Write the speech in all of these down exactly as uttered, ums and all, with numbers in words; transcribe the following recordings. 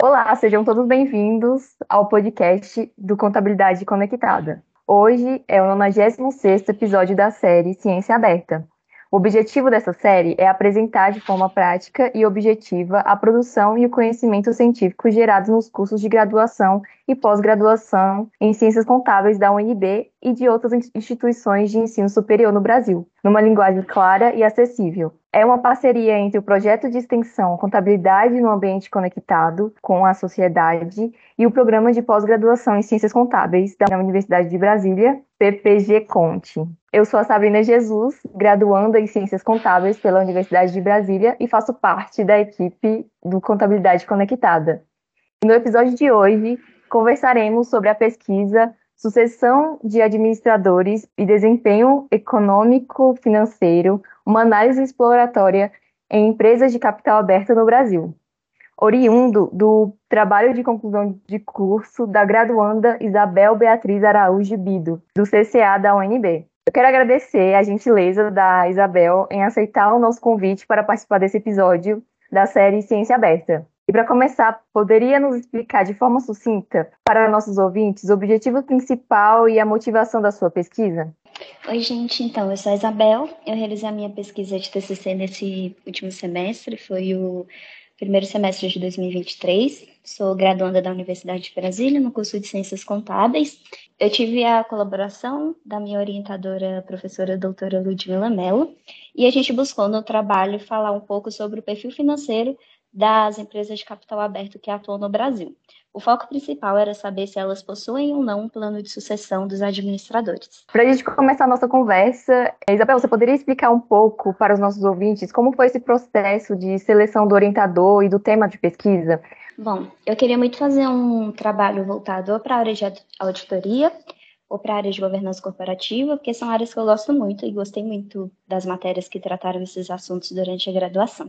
Olá, sejam todos bem-vindos ao podcast do Contabilidade Conectada. Hoje é o nonagésimo sexto episódio da série Ciência Aberta. O objetivo dessa série é apresentar de forma prática e objetiva a produção e o conhecimento científico gerados nos cursos de graduação e pós-graduação em Ciências Contábeis da U N B e de outras instituições de ensino superior no Brasil, numa linguagem clara e acessível. É uma parceria entre o projeto de extensão Contabilidade no Ambiente Conectado com a Sociedade e o Programa de Pós-Graduação em Ciências Contábeis da Universidade de Brasília, P P G-Conte. Eu sou a Sabrina Jesus, graduanda em Ciências Contábeis pela Universidade de Brasília e faço parte da equipe do Contabilidade Conectada. E no episódio de hoje, conversaremos sobre a pesquisa Sucessão de Administradores e Desempenho Econômico-Financeiro, uma análise exploratória em empresas de capital aberto no Brasil, oriundo do trabalho de conclusão de curso da graduanda Isabel Beatriz Araújo Bido, do C C A da U N B. Eu quero agradecer a gentileza da Isabel em aceitar o nosso convite para participar desse episódio da série Ciência Aberta. E para começar, poderia nos explicar de forma sucinta para nossos ouvintes o objetivo principal e a motivação da sua pesquisa? Oi, gente. Então, eu sou a Isabel. Eu realizei a minha pesquisa de T C C nesse último semestre, foi o primeiro semestre de dois mil e vinte e três. Sou graduanda da Universidade de Brasília, no curso de Ciências Contábeis. Eu tive a colaboração da minha orientadora, a professora doutora Ludmila Mello, e a gente buscou no trabalho falar um pouco sobre o perfil financeiro das empresas de capital aberto que atuam no Brasil. O foco principal era saber se elas possuem ou não um plano de sucessão dos administradores. Para a gente começar a nossa conversa, Isabel, você poderia explicar um pouco para os nossos ouvintes como foi esse processo de seleção do orientador e do tema de pesquisa? Bom, eu queria muito fazer um trabalho voltado ou para a área de auditoria ou para a área de governança corporativa, porque são áreas que eu gosto muito e gostei muito das matérias que trataram esses assuntos durante a graduação.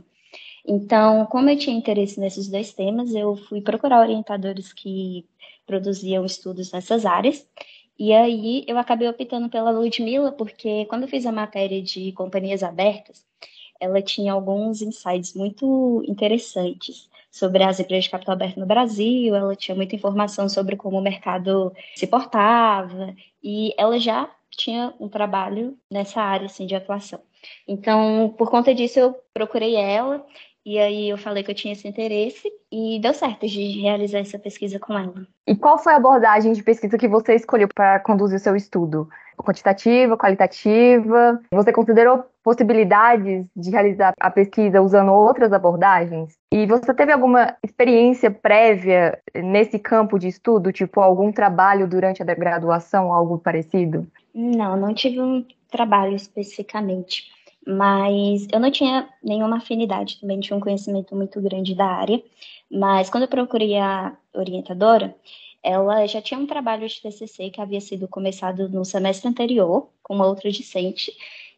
Então, como eu tinha interesse nesses dois temas, eu fui procurar orientadores que produziam estudos nessas áreas. E aí eu acabei optando pela Ludmila, porque quando eu fiz a matéria de companhias abertas, ela tinha alguns insights muito interessantes sobre as empresas de capital aberto no Brasil, ela tinha muita informação sobre como o mercado se portava, e ela já tinha um trabalho nessa área assim, de atuação. Então, por conta disso, eu procurei ela, e aí eu falei que eu tinha esse interesse, e deu certo de realizar essa pesquisa com ela. E qual foi a abordagem de pesquisa que você escolheu para conduzir o seu estudo? Quantitativa, qualitativa? Você considerou possibilidades de realizar a pesquisa usando outras abordagens? E você teve alguma experiência prévia nesse campo de estudo, tipo algum trabalho durante a graduação, algo parecido? Não, não tive um trabalho especificamente, mas eu não tinha nenhuma afinidade, também tinha um conhecimento muito grande da área, mas quando eu procurei a orientadora, ela já tinha um trabalho de T C C que havia sido começado no semestre anterior, com uma outra discente,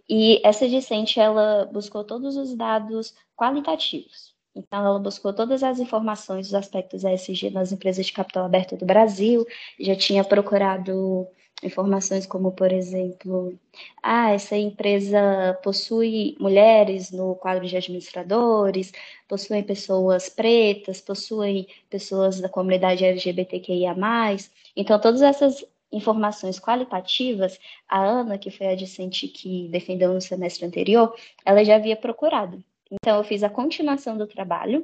e essa discente, ela buscou todos os dados qualitativos. Então, ela buscou todas as informações dos aspectos E S G nas empresas de capital aberto do Brasil, já tinha procurado informações como, por exemplo, ah, essa empresa possui mulheres no quadro de administradores, possuem pessoas pretas, possuem pessoas da comunidade L G B T Q I A mais. Então, todas essas informações qualitativas, a Ana, que foi a discente que defendeu no semestre anterior, ela já havia procurado. Então, eu fiz a continuação do trabalho,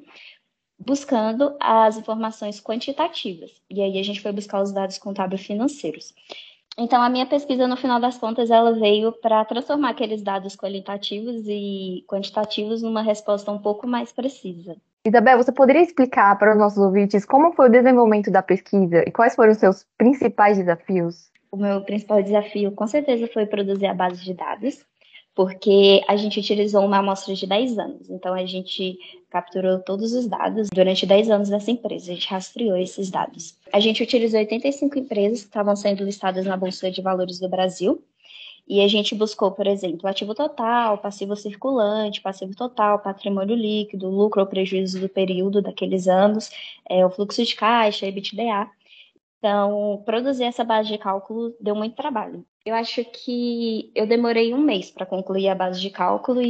buscando as informações quantitativas. E aí a gente foi buscar os dados contábeis financeiros. Então, a minha pesquisa, no final das contas, ela veio para transformar aqueles dados qualitativos e quantitativos numa resposta um pouco mais precisa. Isabel, você poderia explicar para os nossos ouvintes como foi o desenvolvimento da pesquisa e quais foram os seus principais desafios? O meu principal desafio, com certeza, foi produzir a base de dados, porque a gente utilizou uma amostra de dez anos. Então, a gente capturou todos os dados durante dez anos dessa empresa. A gente rastreou esses dados. A gente utilizou oitenta e cinco empresas que estavam sendo listadas na Bolsa de Valores do Brasil. E a gente buscou, por exemplo, ativo total, passivo circulante, passivo total, patrimônio líquido, lucro ou prejuízo do período daqueles anos, é, o fluxo de caixa, EBITDA. Então, produzir essa base de cálculo deu muito trabalho. Eu acho que eu demorei um mês para concluir a base de cálculo e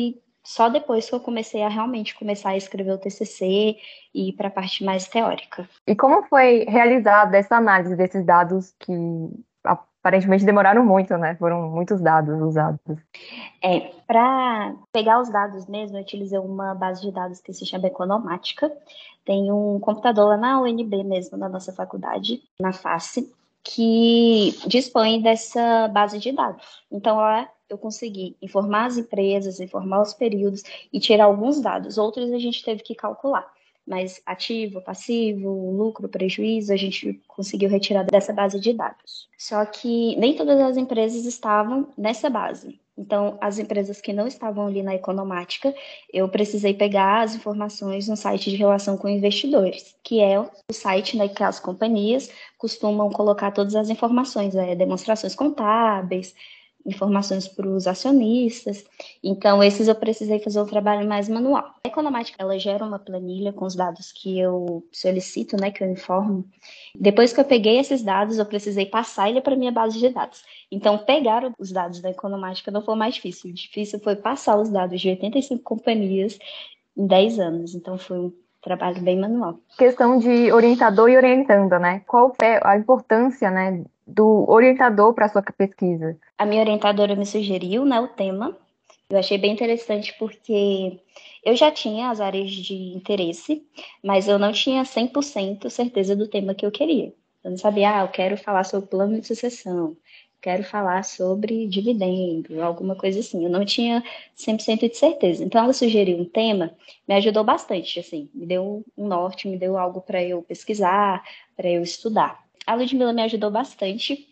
Só depois que eu comecei a realmente começar a escrever o T C C e ir para a parte mais teórica. E como foi realizada essa análise desses dados que aparentemente demoraram muito, né? Foram muitos dados usados. É, para pegar os dados mesmo, eu utilizei uma base de dados que se chama Economática. Tem um computador lá na U N B mesmo, na nossa faculdade, na face, que dispõe dessa base de dados. Então, lá eu consegui informar as empresas, informar os períodos e tirar alguns dados. Outros a gente teve que calcular. Mas ativo, passivo, lucro, prejuízo, a gente conseguiu retirar dessa base de dados. Só que nem todas as empresas estavam nessa base. Então, as empresas que não estavam ali na Economática, eu precisei pegar as informações no site de relação com investidores, que é o site, né, que as companhias costumam colocar todas as informações, é, demonstrações contábeis, informações para os acionistas. Então, esses eu precisei fazer o trabalho mais manual. A Economática, ela gera uma planilha com os dados que eu solicito, né, que eu informo. Depois que eu peguei esses dados, eu precisei passar ele para minha base de dados. Então, pegar os dados da Economática não foi mais difícil. O difícil foi passar os dados de oitenta e cinco companhias em dez anos. Então, foi um trabalho bem manual. Questão de orientador e orientanda, né? Qual é a importância, né, do orientador para a sua pesquisa? A minha orientadora me sugeriu, né, o tema. Eu achei bem interessante porque eu já tinha as áreas de interesse, mas eu não tinha cem por cento certeza do tema que eu queria. Eu não sabia, ah, eu quero falar sobre plano de sucessão, quero falar sobre dividendo, alguma coisa assim. Eu não tinha cem por cento de certeza. Então, ela sugeriu um tema, me ajudou bastante, assim, me deu um norte, me deu algo para eu pesquisar, para eu estudar. A Ludmilla me ajudou bastante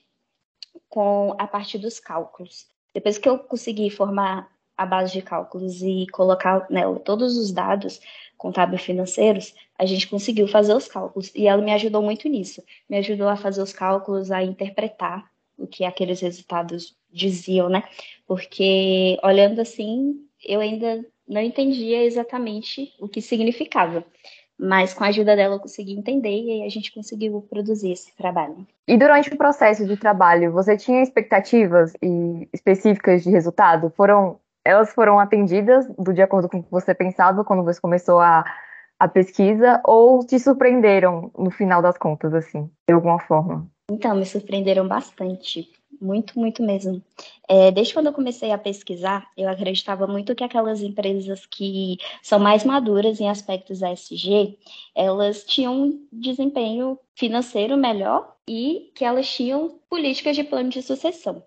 com a parte dos cálculos. Depois que eu consegui formar a base de cálculos e colocar nela todos os dados contábeis financeiros, a gente conseguiu fazer os cálculos. E ela me ajudou muito nisso. Me ajudou a fazer os cálculos, a interpretar o que aqueles resultados diziam, né? Porque, olhando assim, eu ainda não entendia exatamente o que significava. Mas com a ajuda dela eu consegui entender e aí a gente conseguiu produzir esse trabalho. E durante o processo de trabalho, você tinha expectativas e específicas de resultado? Foram, elas foram atendidas do de acordo com o que você pensava quando você começou a, a pesquisa ou te surpreenderam no final das contas, assim, de alguma forma? Então, me surpreenderam bastante. Muito, muito mesmo. É, desde quando eu comecei a pesquisar, eu acreditava muito que aquelas empresas que são mais maduras em aspectos E S G, elas tinham um desempenho financeiro melhor e que elas tinham políticas de plano de sucessão.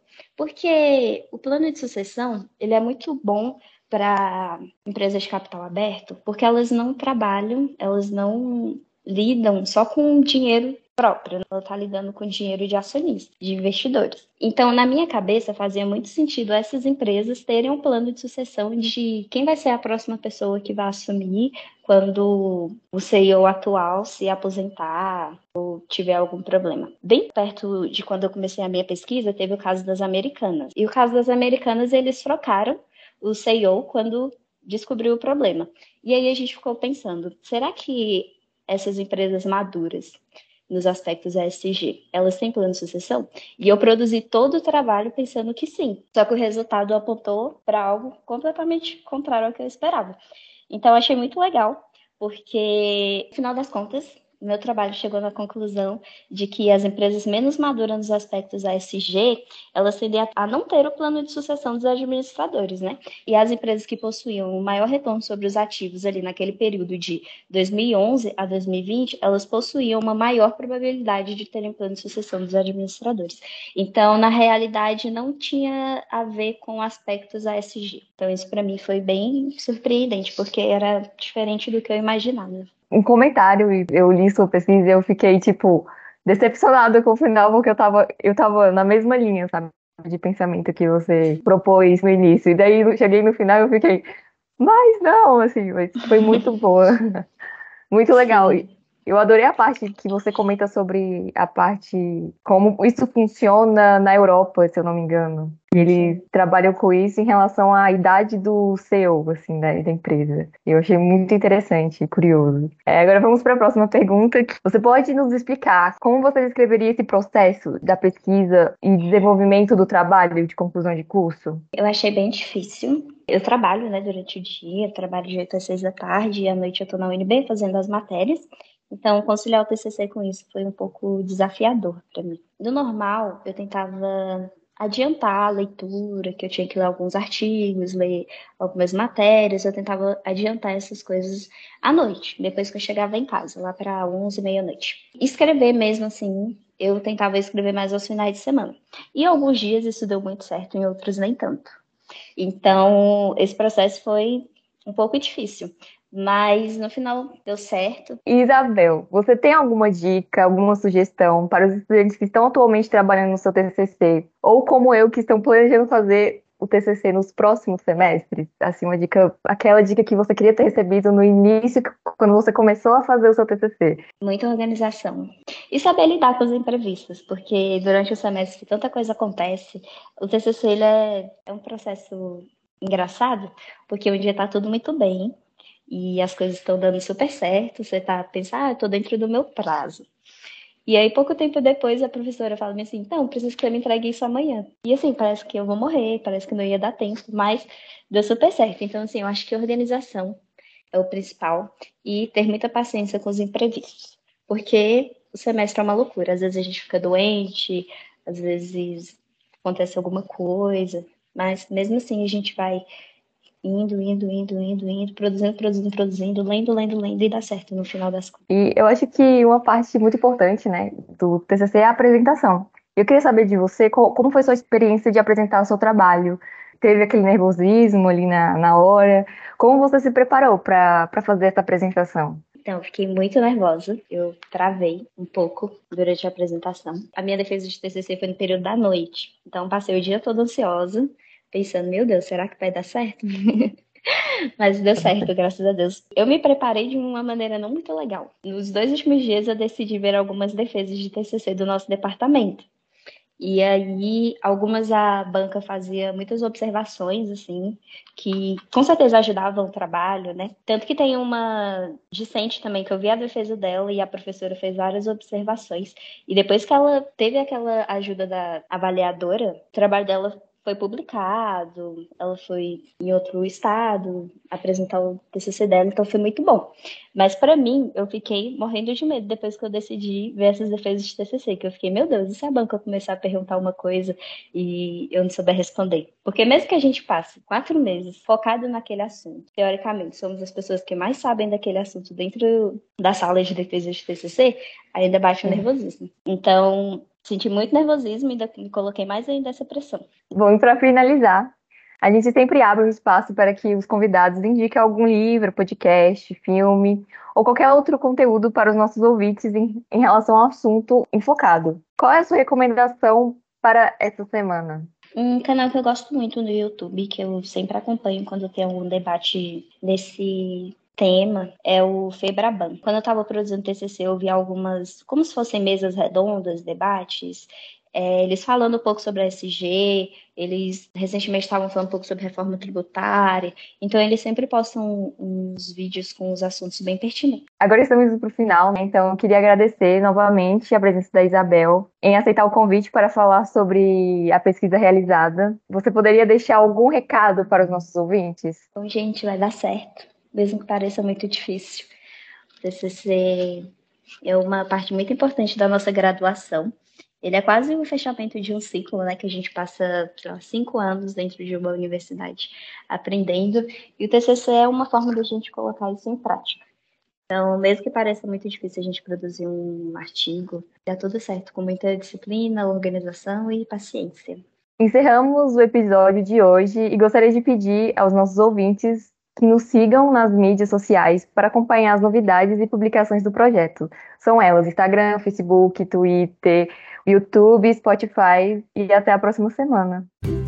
Porque o plano de sucessão, ele é muito bom para empresas de capital aberto, porque elas não trabalham, elas não lidam só com dinheiro próprio, né? Ela está lidando com dinheiro de acionistas, de investidores. Então, na minha cabeça, fazia muito sentido essas empresas terem um plano de sucessão de quem vai ser a próxima pessoa que vai assumir quando o C E O atual se aposentar ou tiver algum problema. Bem perto de quando eu comecei a minha pesquisa, teve o caso das Americanas. E o caso das Americanas, eles trocaram o C E O quando descobriu o problema. E aí a gente ficou pensando, será que essas empresas maduras nos aspectos E S G, elas têm plano de sucessão? E eu produzi todo o trabalho pensando que sim. Só que o resultado apontou para algo completamente contrário ao que eu esperava. Então, eu achei muito legal, porque, no final das contas, meu trabalho chegou na conclusão de que as empresas menos maduras nos aspectos E S G, elas tendem a não ter o plano de sucessão dos administradores, né? E as empresas que possuíam o maior retorno sobre os ativos ali naquele período de dois mil e onze a dois mil e vinte, elas possuíam uma maior probabilidade de terem plano de sucessão dos administradores. Então, na realidade, não tinha a ver com aspectos E S G. Então, isso para mim foi bem surpreendente, porque era diferente do que eu imaginava. Um comentário, e eu li sua pesquisa e eu fiquei, tipo, decepcionada com o final, porque eu tava, eu tava na mesma linha, sabe, de pensamento que você propôs no início. E daí eu cheguei no final e eu fiquei, mas não, assim, mas foi muito boa, muito legal. E Sim. eu adorei a parte que você comenta sobre a parte, como isso funciona na Europa, se eu não me engano. E eles trabalham com isso em relação à idade do C E O, assim, da, da empresa. Eu achei muito interessante e curioso. É, agora vamos para a próxima pergunta. Você pode nos explicar como você descreveria esse processo da pesquisa e desenvolvimento do trabalho de conclusão de curso? Eu achei bem difícil. Eu trabalho, né, durante o dia, eu trabalho de oito às seis da tarde, e à noite eu tô na U N B fazendo as matérias. Então, conciliar o T C C com isso foi um pouco desafiador para mim. No normal, eu tentava adiantar a leitura, que eu tinha que ler alguns artigos, ler algumas matérias, eu tentava adiantar essas coisas à noite, depois que eu chegava em casa, lá para onze, meia-noite. Escrever mesmo assim, eu tentava escrever mais aos finais de semana. E alguns dias isso deu muito certo, em outros nem tanto. Então, esse processo foi um pouco difícil, mas no final deu certo. Isabel, você tem alguma dica, alguma sugestão para os estudantes que estão atualmente trabalhando no seu T C C, ou como eu, que estão planejando fazer o T C C nos próximos semestres? Assim, uma dica, aquela dica que você queria ter recebido no início, quando você começou a fazer o seu T C C. Muita organização. E saber lidar com os imprevistos, porque durante o semestre que tanta coisa acontece, o T C C ele é, é um processo engraçado, porque um dia tá tudo muito bem, e as coisas estão dando super certo, você tá pensando, ah, eu tô dentro do meu prazo. E aí, pouco tempo depois, a professora fala assim, então, preciso que você me entregue isso amanhã. E assim, parece que eu vou morrer, parece que não ia dar tempo, mas deu super certo. Então, assim, eu acho que organização é o principal e ter muita paciência com os imprevistos. Porque o semestre é uma loucura. Às vezes a gente fica doente, às vezes acontece alguma coisa, mas mesmo assim a gente vai indo, indo, indo, indo, indo, produzindo, produzindo, produzindo, lendo, lendo, lendo e dá certo no final das contas. E eu acho que uma parte muito importante, né, do T C C é a apresentação. Eu queria saber de você como foi a sua experiência de apresentar o seu trabalho. Teve aquele nervosismo ali na, na hora? Como você se preparou para para fazer essa apresentação? Então, eu fiquei muito nervosa. Eu travei um pouco durante a apresentação. A minha defesa de T C C foi no período da noite. Então, passei o dia todo ansiosa, pensando, meu Deus, será que vai dar certo? Mas deu certo, graças a Deus. Eu me preparei de uma maneira não muito legal. Nos dois últimos dias, eu decidi ver algumas defesas de T C C do nosso departamento. E aí, algumas a banca fazia muitas observações, assim, que com certeza ajudavam o trabalho, né? Tanto que tem uma discente também, que eu vi a defesa dela e a professora fez várias observações. E depois que ela teve aquela ajuda da avaliadora, o trabalho dela foi publicado, ela foi em outro estado apresentar o T C C dela, então foi muito bom. Mas para mim, eu fiquei morrendo de medo depois que eu decidi ver essas defesas de T C C, que eu fiquei, meu Deus, e se a banca começar a perguntar uma coisa e eu não souber responder? Porque mesmo que a gente passe quatro meses focado naquele assunto, teoricamente, somos as pessoas que mais sabem daquele assunto dentro da sala de defesa de T C C, ainda bate o nervosismo. Então, senti muito nervosismo e ainda me coloquei mais ainda essa pressão. Bom, e para finalizar, a gente sempre abre um espaço para que os convidados indiquem algum livro, podcast, filme ou qualquer outro conteúdo para os nossos ouvintes em, em relação ao assunto enfocado. Qual é a sua recomendação para essa semana? Um canal que eu gosto muito no YouTube, que eu sempre acompanho quando tem algum debate desse tema, é o Febraban. Quando eu estava produzindo T C C, eu vi algumas, como se fossem mesas redondas, debates, é, eles falando um pouco sobre a E S G, eles recentemente estavam falando um pouco sobre reforma tributária, então eles sempre postam uns vídeos com os assuntos bem pertinentes. Agora estamos para o final, né? Então eu queria agradecer novamente a presença da Isabel em aceitar o convite para falar sobre a pesquisa realizada. Você poderia deixar algum recado para os nossos ouvintes? Então, gente, vai dar certo, mesmo que pareça muito difícil. O T C C é uma parte muito importante da nossa graduação. Ele é quase o fechamento de um ciclo, né? Que a gente passa sei lá, cinco anos dentro de uma universidade aprendendo. E o T C C é uma forma de a gente colocar isso em prática. Então, mesmo que pareça muito difícil a gente produzir um artigo, dá tudo certo, com muita disciplina, organização e paciência. Encerramos o episódio de hoje e gostaria de pedir aos nossos ouvintes que nos sigam nas mídias sociais para acompanhar as novidades e publicações do projeto. São elas: Instagram, Facebook, Twitter, YouTube, Spotify e até a próxima semana.